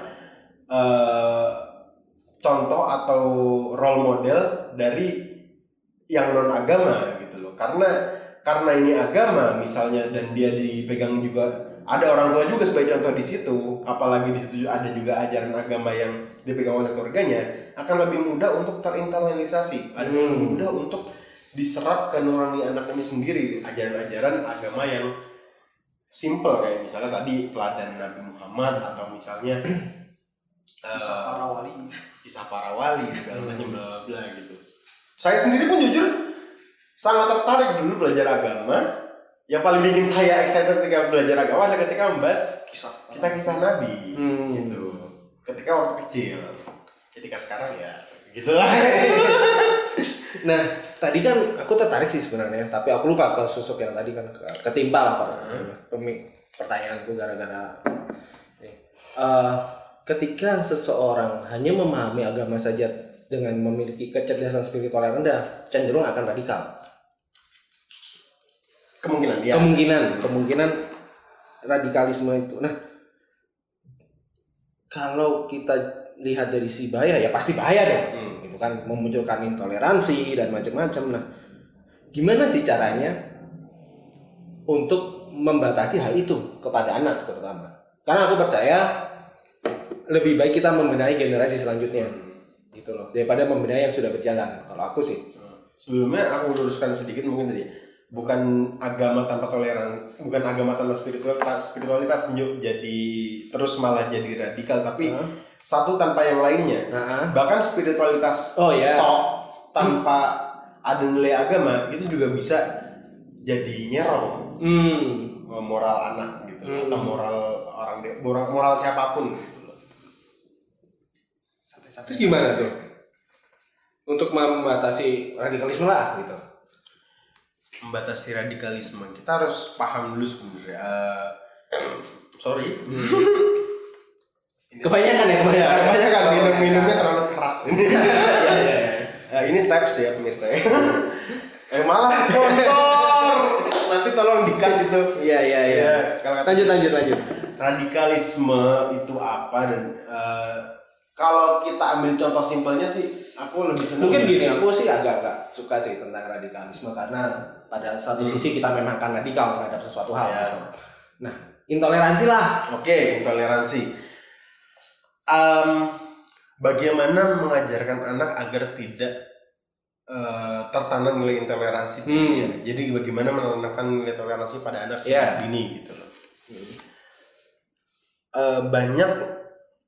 uh, contoh atau role model dari yang non agama gitu loh. Karena karena ini agama misalnya, dan dia dipegang juga, ada orang tua juga sebagai contoh di situ, apalagi di situ ada juga ajaran agama yang dipegang oleh keluarganya, akan lebih mudah untuk terinternalisasi, akan Hmm. lebih mudah untuk diserap ke nurani anak ini sendiri, ajaran-ajaran agama yang simple kayak misalnya tadi teladan Nabi Muhammad, atau misalnya Kisah eh, para wali. kisah para wali segala macam bla bla bla gitu. Saya sendiri pun jujur sangat tertarik dulu belajar agama. Yang paling bikin saya excited ketika belajar agama adalah ketika membahas Kisah kisah-kisah Nabi Hmm. gitu. Ketika waktu kecil. Ketika sekarang ya gitulah. Nah, tadi kan aku tertarik sih sebenarnya, tapi aku lupa ke susuk yang tadi kan ke- ketimpa lah pertanyaannya. Pemi- Pertanyaanku gara-gara ini. Eh, ketika seseorang hanya memahami agama saja dengan memiliki kecerdasan spiritual yang rendah, cenderung akan radikal. Kemungkinan ya. Kemungkinan, kemungkinan radikalisme itu. Nah, kalau kita lihat dari si bahaya, ya pasti bahaya dong. Hmm. Itu kan memunculkan intoleransi dan macam-macam. Nah, gimana sih caranya untuk membatasi hal itu kepada anak terutama? Karena aku percaya lebih baik kita membenahi generasi selanjutnya, gitu loh, daripada membenahi yang sudah berjalan. Kalau aku sih. sebelumnya aku luruskan sedikit mungkin tadi, bukan agama tanpa toleransi, bukan agama tanpa spiritualitas, spiritualitas jadi terus malah jadi radikal, tapi uh. satu tanpa yang lainnya. Uh-huh. Bahkan spiritualitas oh, yeah. top tanpa hmm. ada nilai agama itu juga bisa jadi nyerong hmm. moral anak gitu hmm. atau moral orang moral, moral siapapun gitu loh. Terus gimana tuh untuk membatasi radikalisme lah gitu? Membatasi radikalisme kita harus paham dulu sebenarnya. Uh, sorry. kebanyakan ya kebanyakan. Kebanyakan minum minumnya terlalu keras ini. ya, ya, ya. Uh, ini tips ya pemirsa. eh malah sponsor. Nanti tolong di-cut gitu. Iya iya iya. Lanjut lanjut lanjut. Radikalisme itu apa dan uh, kalau kita ambil contoh simpelnya sih, aku lebih senang. Mungkin gini, aku sih agak-agak suka sih tentang radikalisme karena pada satu hmm. sisi kita memang akan radikal terhadap sesuatu hal. Ya. Nah, intoleransi lah. Oke, intoleransi. Um, bagaimana mengajarkan anak agar tidak uh, tertanam nilai intoleransi? Hmm. Ya. Jadi bagaimana menanamkan nilai toleransi pada anak sejak yeah. dini gitu loh. Hmm. Uh, banyak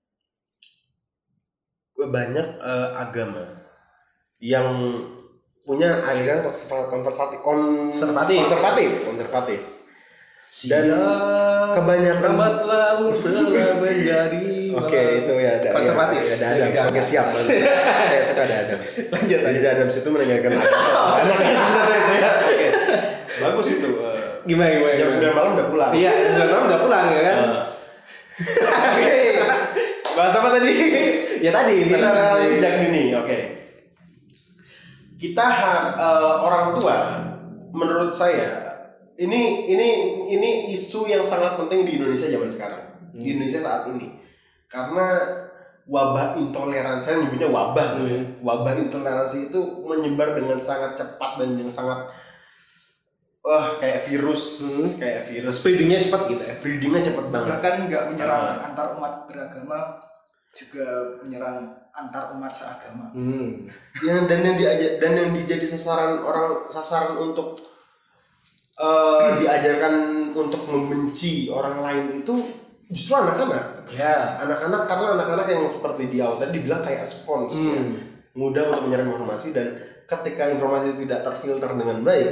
banyak uh, agama yang punya aliran konservatif konservatif konservatif konservatif dan kebanyakan laut telah menjadi oke itu ya ada konservatif ya, ada Adams oke siap saya suka ada Adams lanjut ada Adams itu meninggalkan anak sebenarnya itu ya oke bagus itu gimana gimana jam sembilan malam udah pulang iya sembilan malam udah pulang ya kan oke bahas apa tadi ya tadi intoleransi sejak dini oke okay. Kita uh, orang tua menurut saya ini ini ini isu yang sangat penting di Indonesia zaman sekarang hmm. di Indonesia saat ini karena wabah intoleransi saya nyebutnya wabah hmm. wabah intoleransi itu menyebar dengan sangat cepat dan yang sangat wah kayak virus hmm. kayak virus spreadingnya cepat gitu ya spreadingnya cepat banget bahkan nggak menyerang uh. antar umat beragama juga menyerang antar umat seagama. Hmm. Yang dan yang diajar dan yang dijadi sasaran orang sasaran untuk uh, diajarkan untuk membenci orang lain itu justru anak-anak. Ya, anak-anak karena anak-anak yang seperti di awal tadi dibilang kayak spons hmm. ya. Mudah untuk menyerap informasi dan ketika informasi tidak terfilter dengan baik,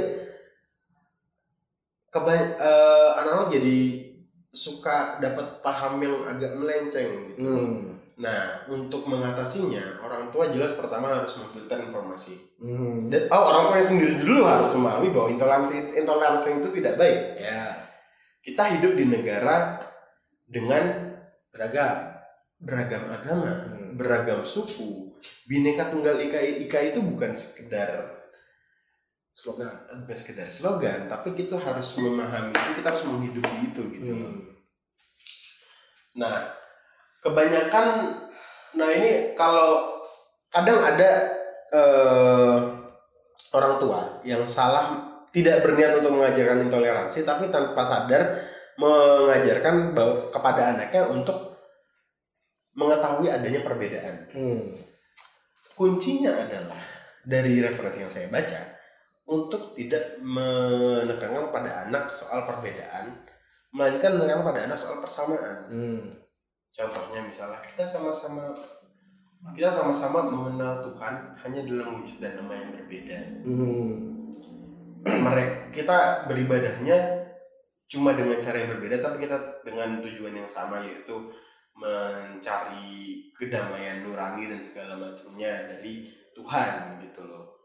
kebay- uh, anak-anak jadi suka dapat paham yang agak melenceng gitu. Hmm. Nah, untuk mengatasinya, orang tua jelas pertama harus memfilter informasi. Hmm. Dan oh, orang tua sendiri dulu harus memahami bahwa intoleransi intoleransi itu tidak baik. Ya. Kita hidup di negara dengan beragam beragam agama, hmm. beragam suku. Bineka Tunggal Ika Ika itu bukan sekedar slogan, bukan sekedar slogan, tapi kita harus memahami itu, kita harus menghidupi itu gitu. Hmm. Nah, kebanyakan, nah ini kalau kadang ada uh, orang tua yang salah tidak berniat untuk mengajarkan intoleransi, tapi tanpa sadar mengajarkan bahwa, kepada anaknya untuk mengetahui adanya perbedaan. Hmm. Kuncinya adalah dari referensi yang saya baca untuk tidak menekankan pada anak soal perbedaan, melainkan menekankan pada anak soal persamaan. Hmm. Contohnya misalnya kita sama-sama kita sama-sama mengenal Tuhan hanya dalam wujud dan nama yang berbeda. Hmm. Mereka kita beribadahnya cuma dengan cara yang berbeda, tapi kita dengan tujuan yang sama, yaitu mencari kedamaian nurani dan segala macamnya dari Tuhan gitu loh.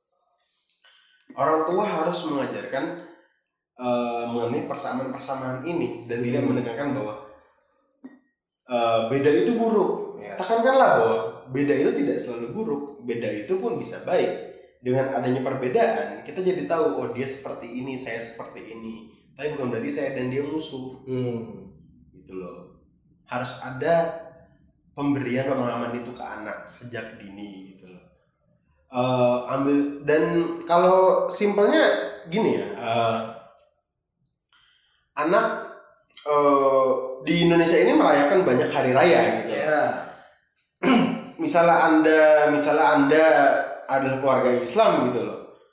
Orang tua harus mengajarkan uh, mengenai persamaan-persamaan ini dan hmm. tidak menekankan bahwa Uh, beda itu buruk. Ya. Tekankanlah bahwa beda itu tidak selalu buruk. Beda itu pun bisa baik. Dengan adanya perbedaan, kita jadi tahu, oh dia seperti ini, saya seperti ini. Tapi bukan berarti saya dan dia musuh. Hmm. Gitu loh. Harus ada pemberian pemahaman itu ke anak sejak dini gitu loh. Uh, ambil dan kalau simpelnya gini ya, uh, anak Uh, di Indonesia ini merayakan banyak hari raya gitu. Yeah. misalnya anda, misalnya anda adalah keluarga Islam gitu loh.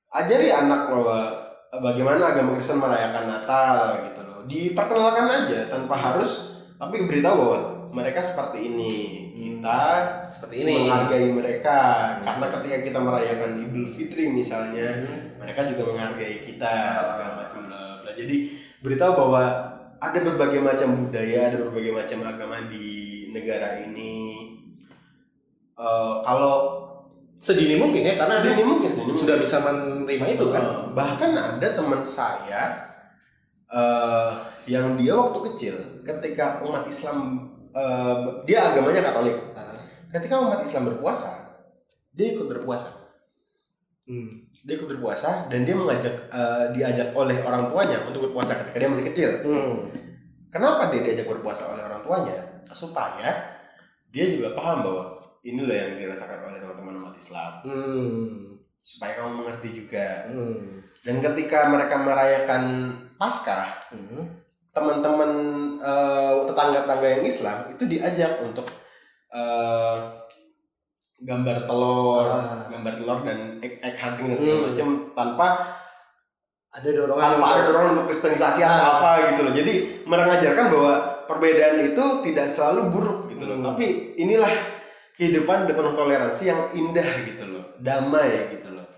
ajari anak bahwa bagaimana agama Kristen merayakan Natal gitu loh. Diperkenalkan aja tanpa harus, tapi beritahu bahwa mereka seperti ini, kita seperti ini menghargai mereka. Karena ketika kita merayakan Idul Fitri misalnya, hmm. mereka juga menghargai kita segala macam bla bla. Jadi beritahu bahwa ada berbagai macam budaya, ada berbagai macam agama di negara ini. Uh, kalau sedini mungkin ya, karena sedini mungkin, sedini sudah mungkin. bisa menerima itu kan. Uh, bahkan ada teman saya uh, yang dia waktu kecil ketika umat Islam, uh, dia agamanya Katolik. Uh, ketika umat Islam berpuasa, dia ikut berpuasa. Hmm. Dia ikut berpuasa dan dia mengajak uh, diajak oleh orang tuanya untuk berpuasa ketika dia masih kecil. Hmm. Kenapa dia diajak berpuasa oleh orang tuanya? Supaya dia juga paham bahwa ini loh yang dirasakan oleh teman-teman umat Islam. Hmm. Supaya kamu mengerti juga. Hmm. Dan ketika mereka merayakan Paskah, hmm. teman-teman uh, tetangga-tetangga yang Islam itu diajak untuk uh, gambar telur, ah. gambar telur dan egg, egg hunting dan segala hmm. macam tanpa ada dorongan tanpa ada dorongan untuk kristenisasi atau ah. apa gitu loh. Jadi mengajarkan bahwa perbedaan itu tidak selalu buruk gitu loh. Hmm. Tapi inilah kehidupan penuh toleransi yang indah gitu loh, damai gitu loh.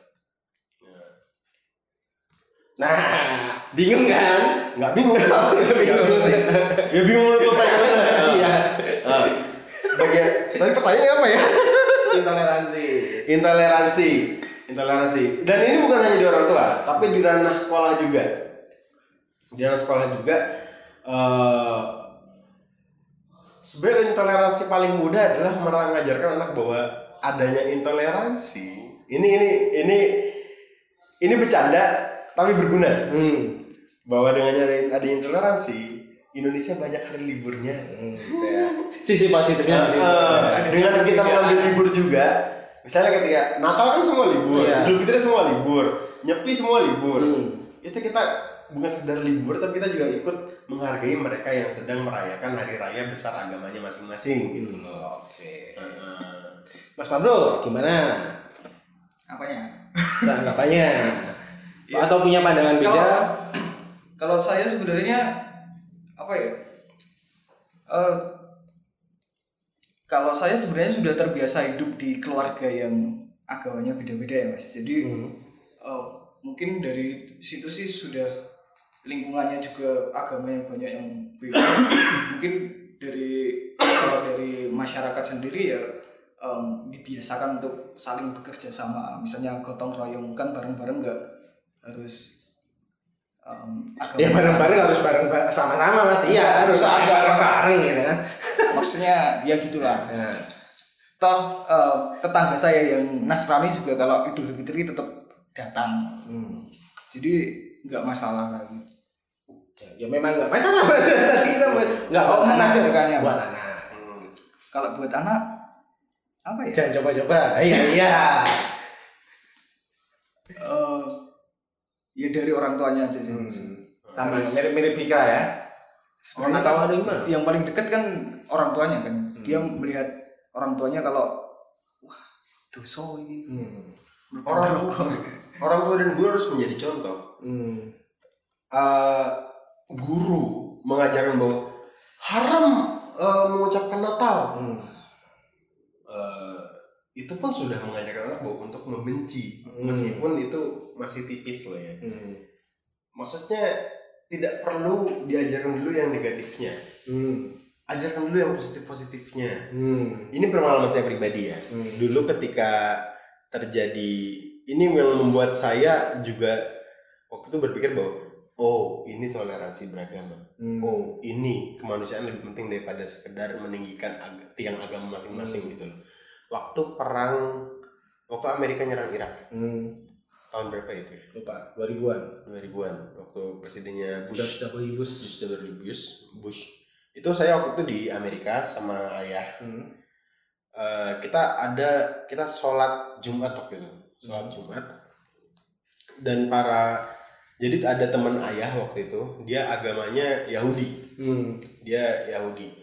Nah, bingung kan? Nggak bingung sih. Nggak bingung sih. Ya bingung menurut pertanyaannya. Iya. Bagian tadi pertanyaannya apa ya? Intoleransi. Intoleransi. Intoleransi. Dan ini bukan hanya di orang tua, tapi di ranah sekolah juga. Di ranah sekolah juga. Uh, Sebenarnya intoleransi paling mudah adalah mengajarkan anak bahwa adanya intoleransi. Ini ini ini ini bercanda tapi berguna. Hmm. Bahwa dengan ada adanya intoleransi, Indonesia banyak hari liburnya. Hmm, gitu ya. Sisi positifnya uh, uh, dengan kita mengambil libur juga. Misalnya ketika Natal kan semua libur, yeah. Idul Fitri semua libur, Nyepi semua libur. Hmm. Itu kita bukan sekedar libur, tapi kita juga ikut menghargai mereka yang sedang merayakan hari raya besar agamanya masing-masing gitu loh. Oke. Uh, Mas Pablo, gimana? Apanya? Tanggapannya? Ya. Atau punya pandangan beda? Kalau, kalau saya sebenarnya apa ya? Uh, kalau saya sebenarnya sudah terbiasa hidup di keluarga yang agamanya beda-beda ya Mas. Jadi hmm. uh, mungkin dari situ sih sudah lingkungannya juga agamanya banyak yang beda. Mungkin dari kalau dari masyarakat sendiri ya um, dibiasakan untuk saling bekerja sama. Misalnya gotong royong kan bareng-bareng nggak harus um, ya bareng-bareng harus bareng-bareng sama-sama Mas. Iya harus bareng-bareng gitu kan. Maksudnya ya gitulah. Ya. Toh uh, tetangga saya yang Nasrani juga kalau Idul Fitri tetap datang. Hmm. Jadi nggak masalah lagi. Ya, ya memang nggak masalah. Kita nggak oh, menafsirkannya buat anak. Hmm. Kalau buat anak apa ya? Jangan coba-coba. Iya iya. uh, ya dari orang tuanya aja sih. Hmm. Sama mirip-mirip Fika ya. Sebenarnya tahu yang paling dekat kan orang tuanya kan. Hmm. Dia melihat orang tuanya kalau wah dosa ini. Hmm. Orang tua, orang tua dan guru harus menjadi contoh. Hmm. Uh, guru mengajarkan bahwa haram uh, mengucapkan Natal. Hmm. Uh, itu pun sudah mengajarkan anak bahwa untuk membenci, hmm. meskipun itu masih tipis loh ya. Hmm. Maksudnya tidak perlu diajarkan dulu yang negatifnya. Hmm. Ajarkan dulu yang positif-positifnya. Hmm. Ini pengalaman saya pribadi ya. Hmm. Dulu ketika terjadi ini yang membuat saya juga waktu itu berpikir bahwa oh ini toleransi beragama. Hmm. Oh ini kemanusiaan lebih penting daripada sekedar meninggikan ag- tiang agama masing-masing hmm. gitu loh. Waktu perang waktu Amerika nyerang Irak. Hmm. Tahun berapa itu? Lupa, dua ribuan. dua ribuan waktu presidennya Bush W. Bush. Bush W. Bush. Bush. Itu saya waktu itu di Amerika sama ayah. Hmm. Uh, kita ada kita sholat Jumat waktu itu sholat hmm. Jumat dan para jadi ada teman ayah waktu itu dia agamanya Yahudi hmm. dia Yahudi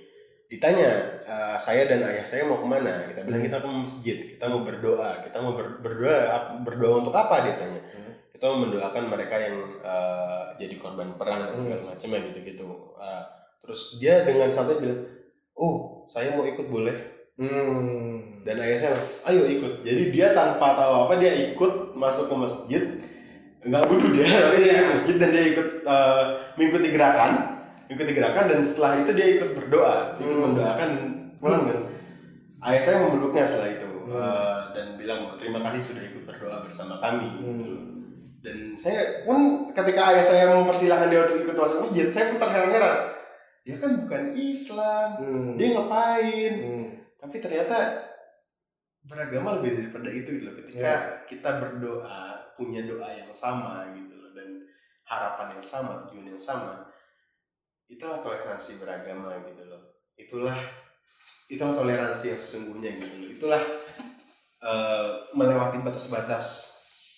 ditanya uh, saya dan ayah saya mau kemana, kita bilang kita ke masjid, kita mau berdoa, kita mau ber- berdoa berdoa untuk apa, dia tanya. Hmm. Kita mau mendoakan mereka yang uh, jadi korban perang dan segala macam gitu-gitu. Uh, terus dia dengan santai bilang, oh saya mau ikut boleh. Hmm. Dan ayah saya, ayo ikut. Jadi dia tanpa tahu apa dia ikut masuk ke masjid, nggak bodoh dia, tapi dia ikut masjid dan dia ikut uh, mengikuti gerakan. Ikuti gerakan dan setelah itu dia ikut berdoa, ikut hmm. mendoakan dan pulang. Dan ayah saya memeluknya setelah itu hmm. uh, dan bilang terima kasih sudah ikut berdoa bersama kami. Hmm. Gitu. Dan saya pun ketika ayah saya mempersilahkan dia untuk ikut masuk masjid, saya pun terheran-heran. Dia kan bukan Islam, hmm. dia ngapain? Hmm. Tapi ternyata beragama lebih daripada itu gitu loh. Ketika yeah. kita berdoa, punya doa yang sama gitu loh, dan harapan yang sama, tujuan yang sama. Itulah toleransi beragama gitu loh. Itulah itulah toleransi yang sesungguhnya gitu loh. Itulah uh, melewati batas-batas.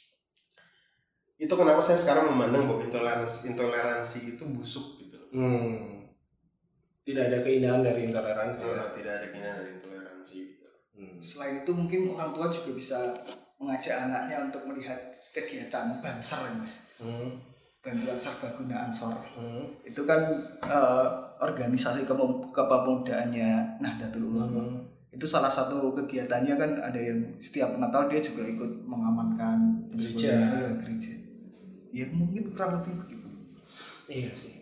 Itu kenapa saya sekarang memandang bahwa intoleransi intoleransi itu busuk gitu loh. Hmm. Tidak ada keindahan dari intoleransi. Oh, ya? Tidak ada keindahan dari intoleransi gitu. Hmm. Selain itu mungkin orang tua juga bisa mengajak anaknya untuk melihat kegiatan Bansar, Mas. Hmm. Bantuan Serbaguna Ansor. Hmm. Itu kan uh, organisasi kepem- kepemudaannya Nahdlatul Ulama. Hmm. Itu salah satu kegiatannya kan ada yang setiap Natal dia juga ikut mengamankan gereja. Ya, gereja. Ya mungkin kurang lebih begitu. Iya sih.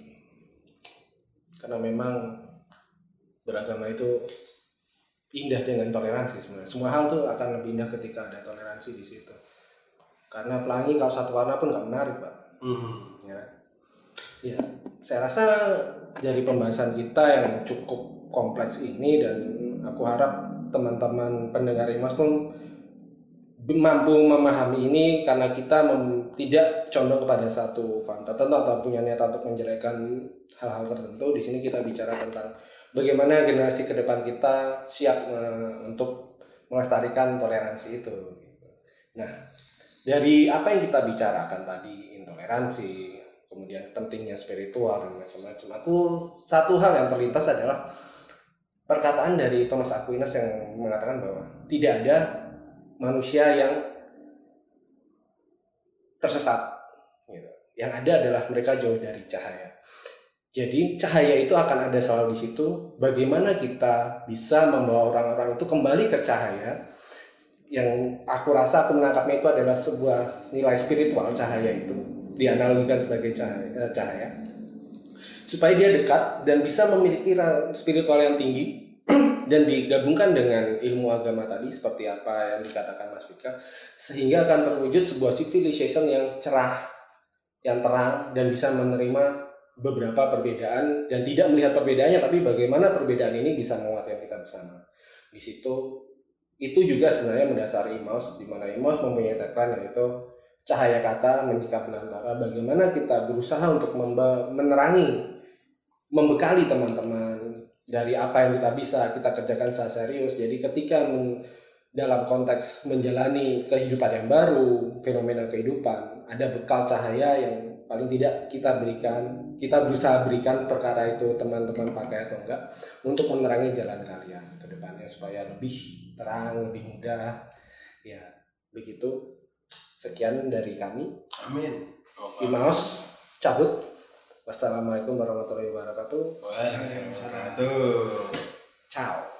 Karena memang beragama itu indah dengan toleransi sebenarnya. Semua hal tuh akan lebih indah ketika ada toleransi di situ. Karena pelangi kalau satu warna pun nggak menarik, Pak. Hmm. Ya. Ya, saya rasa dari pembahasan kita yang cukup kompleks ini, dan aku harap teman-teman pendengar Imas pun mampu memahami ini, karena kita mem- tidak condong kepada satu faham tertentu atau punya niat untuk menjelekkan hal-hal tertentu. Di sini kita bicara tentang bagaimana generasi ke depan kita siap uh, untuk melestarikan toleransi itu. Nah, dari apa yang kita bicarakan tadi, intoleransi, kemudian pentingnya spiritual dan macam-macam, aku satu hal yang terlintas adalah perkataan dari Thomas Aquinas yang mengatakan bahwa tidak ada manusia yang tersesat, gitu. Yang ada adalah mereka jauh dari cahaya. Jadi cahaya itu akan ada selalu di situ. Bagaimana kita bisa membawa orang-orang itu kembali ke cahaya? Yang aku rasa aku menangkapnya itu adalah sebuah nilai spiritual. Cahaya itu dianalogikan sebagai cahaya, cahaya supaya dia dekat dan bisa memiliki spiritual yang tinggi dan digabungkan dengan ilmu agama tadi seperti apa yang dikatakan Mas Fika, sehingga akan terwujud sebuah civilization yang cerah, yang terang, dan bisa menerima beberapa perbedaan dan tidak melihat perbedaannya, tapi bagaimana perbedaan ini bisa menguatkan kita bersama. Di situ itu juga sebenarnya mendasari Emmaus, di mana Emmaus mempunyai tagline yaitu cahaya kata menyingkap belantara. Bagaimana kita berusaha untuk memba- menerangi, membekali teman-teman dari apa yang kita bisa kita kerjakan secara serius. Jadi ketika men- dalam konteks menjalani kehidupan yang baru, fenomena kehidupan, ada bekal cahaya yang paling tidak kita berikan, kita berusaha berikan, perkara itu teman-teman pakai atau enggak, untuk menerangi jalan kalian ke depannya supaya lebih terang, lebih mudah. Ya, begitu. Sekian dari kami. Amin. Emmaus cabut. Wassalamualaikum warahmatullahi wabarakatuh. Waalaikumsalam. Ciao.